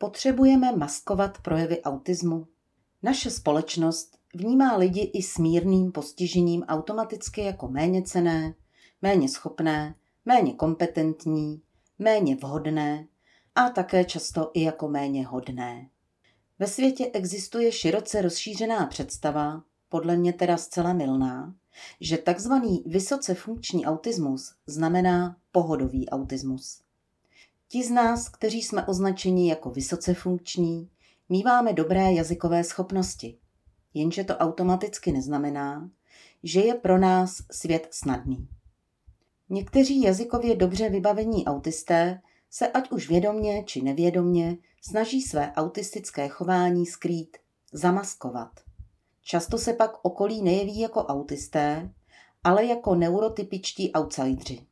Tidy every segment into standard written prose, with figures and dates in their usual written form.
Potřebujeme maskovat projevy autismu? Naše společnost vnímá lidi i s mírným postižením automaticky jako méněcenné, méně schopné, méně kompetentní, méně vhodné a také často i jako méně hodné. Ve světě existuje široce rozšířená představa, podle mě teda zcela mylná, že takzvaný vysoce funkční autismus znamená pohodový autismus. Ti z nás, kteří jsme označeni jako vysoce funkční, míváme dobré jazykové schopnosti, jenže to automaticky neznamená, že je pro nás svět snadný. Někteří jazykově dobře vybavení autisté se ať už vědomě či nevědomě snaží své autistické chování skrýt, zamaskovat. Často se pak okolí nejeví jako autisté, ale jako neurotypičtí outsidři.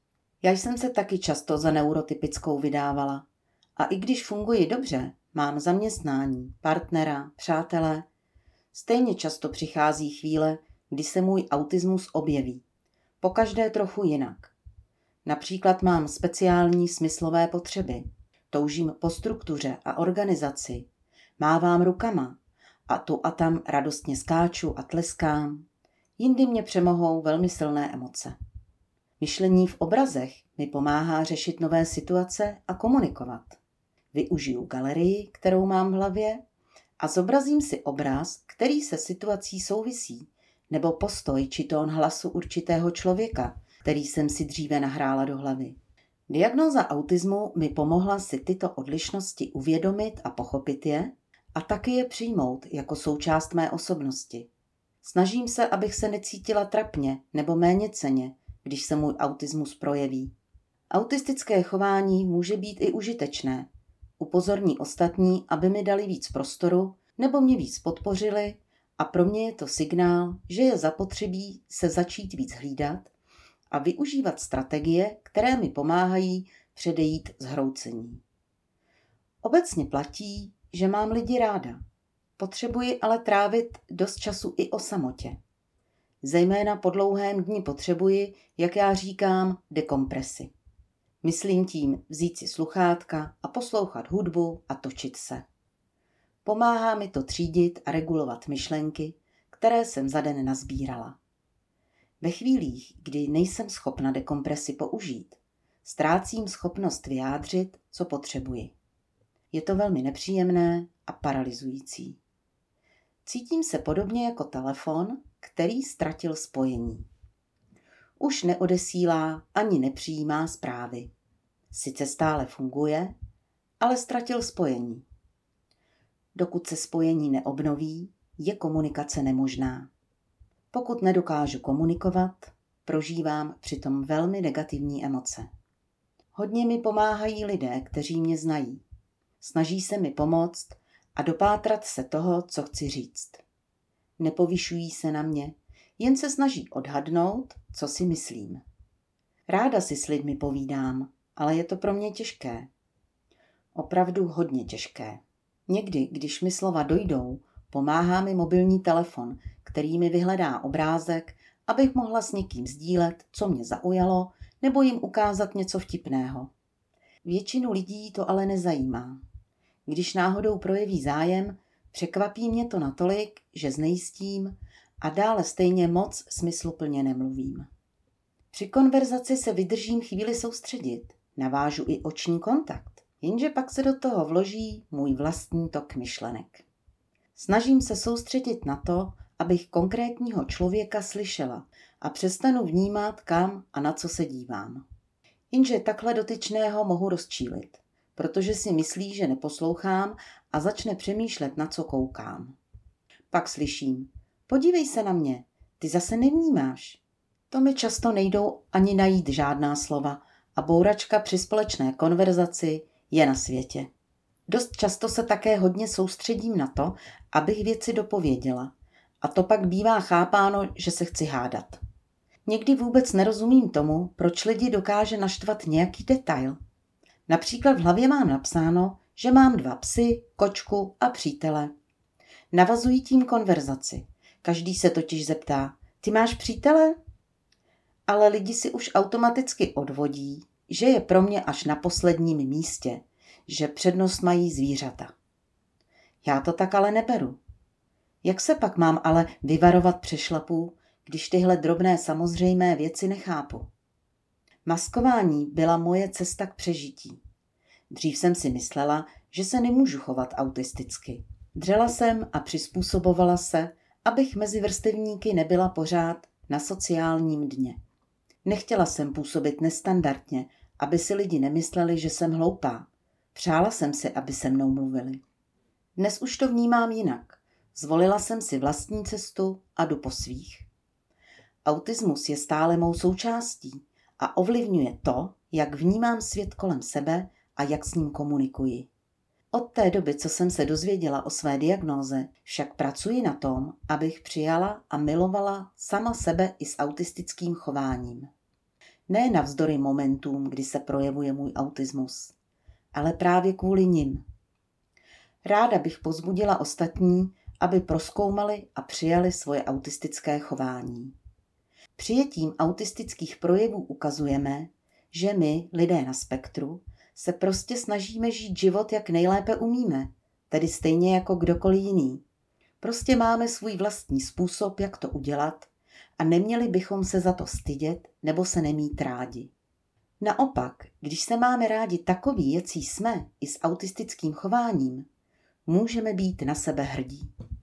Já jsem se taky často za neurotypickou vydávala a i když funguji dobře, mám zaměstnání, partnera, přátele, stejně často přichází chvíle, kdy se můj autismus objeví. Pokaždé trochu jinak. Například mám speciální smyslové potřeby, toužím po struktuře a organizaci, mávám rukama a tu a tam radostně skáču a tleskám. Jindy mě přemohou velmi silné emoce. Myšlení v obrazech mi pomáhá řešit nové situace a komunikovat. Využiju galerii, kterou mám v hlavě, a zobrazím si obraz, který se situací souvisí, nebo postoj či tón hlasu určitého člověka, který jsem si dříve nahrála do hlavy. Diagnóza autismu mi pomohla si tyto odlišnosti uvědomit a pochopit je a taky je přijmout jako součást mé osobnosti. Snažím se, abych se necítila trapně nebo méněcenně, když se můj autismus projeví. Autistické chování může být i užitečné. Upozorní ostatní, aby mi dali víc prostoru nebo mě víc podpořili, a pro mě je to signál, že je zapotřebí se začít víc hlídat a využívat strategie, které mi pomáhají předejít zhroucení. Obecně platí, že mám lidi ráda. Potřebuji ale trávit dost času i o samotě. Zejména po dlouhém dni potřebuji, jak já říkám, dekompresi. Myslím tím vzít si sluchátka a poslouchat hudbu a točit se. Pomáhá mi to třídit a regulovat myšlenky, které jsem za den nazbírala. Ve chvílích, kdy nejsem schopna dekompresi použít, ztrácím schopnost vyjádřit, co potřebuji. Je to velmi nepříjemné a paralyzující. Cítím se podobně jako telefon, který ztratil spojení. Už neodesílá ani nepřijímá zprávy. Sice stále funguje, ale ztratil spojení. Dokud se spojení neobnoví, je komunikace nemožná. Pokud nedokážu komunikovat, prožívám přitom velmi negativní emoce. Hodně mi pomáhají lidé, kteří mě znají. Snaží se mi pomoct a dopátrat se toho, co chci říct. Nepovyšují se na mě, jen se snaží odhadnout, co si myslím. Ráda si s lidmi povídám, ale je to pro mě těžké. Opravdu hodně těžké. Někdy, když mi slova dojdou, pomáhá mi mobilní telefon, který mi vyhledá obrázek, abych mohla s někým sdílet, co mě zaujalo, nebo jim ukázat něco vtipného. Většinu lidí to ale nezajímá. Když náhodou projeví zájem, překvapí mě to natolik, že znejistím a dále stejně moc smysluplně nemluvím. Při konverzaci se vydržím chvíli soustředit, navážu i oční kontakt, jenže pak se do toho vloží můj vlastní tok myšlenek. Snažím se soustředit na to, abych konkrétního člověka slyšela a přestanu vnímat, kam a na co se dívám. Jenže takhle dotyčného mohu rozčílit, protože si myslí, že neposlouchám a začne přemýšlet, na co koukám. Pak slyším: podívej se na mě, ty zase nevnímáš. To mi často nejdou ani najít žádná slova a bouračka při společné konverzaci je na světě. Dost často se také hodně soustředím na to, abych věci dopověděla, a to pak bývá chápáno, že se chci hádat. Někdy vůbec nerozumím tomu, proč lidi dokáže naštvat nějaký detail. Například v hlavě mám napsáno, že mám 2 psy, kočku a přítele. Navazují tím konverzaci. Každý se totiž zeptá: ty máš přítele? Ale lidi si už automaticky odvodí, že je pro mě až na posledním místě, že přednost mají zvířata. Já to tak ale neberu. Jak se pak mám ale vyvarovat přešlapů, když tyhle drobné samozřejmé věci nechápu? Maskování byla moje cesta k přežití. Dřív jsem si myslela, že se nemůžu chovat autisticky. Dřela jsem a přizpůsobovala se, abych mezi vrstevníky nebyla pořád na sociálním dně. Nechtěla jsem působit nestandardně, aby si lidi nemysleli, že jsem hloupá. Přála jsem si, aby se mnou mluvili. Dnes už to vnímám jinak. Zvolila jsem si vlastní cestu a jdu po svých. Autismus je stále mou součástí a ovlivňuje to, jak vnímám svět kolem sebe a jak s ním komunikuji. Od té doby, co jsem se dozvěděla o své diagnóze, však pracuji na tom, abych přijala a milovala sama sebe i s autistickým chováním. Ne navzdory momentům, kdy se projevuje můj autismus, ale právě kvůli nim. Ráda bych povzbudila ostatní, aby prozkoumali a přijali svoje autistické chování. Přijetím autistických projevů ukazujeme, že my, lidé na spektru, se prostě snažíme žít život, jak nejlépe umíme, tedy stejně jako kdokoliv jiný. Prostě máme svůj vlastní způsob, jak to udělat a neměli bychom se za to stydět nebo se nemít rádi. Naopak, když se máme rádi takoví, jací jsme, i s autistickým chováním, můžeme být na sebe hrdí.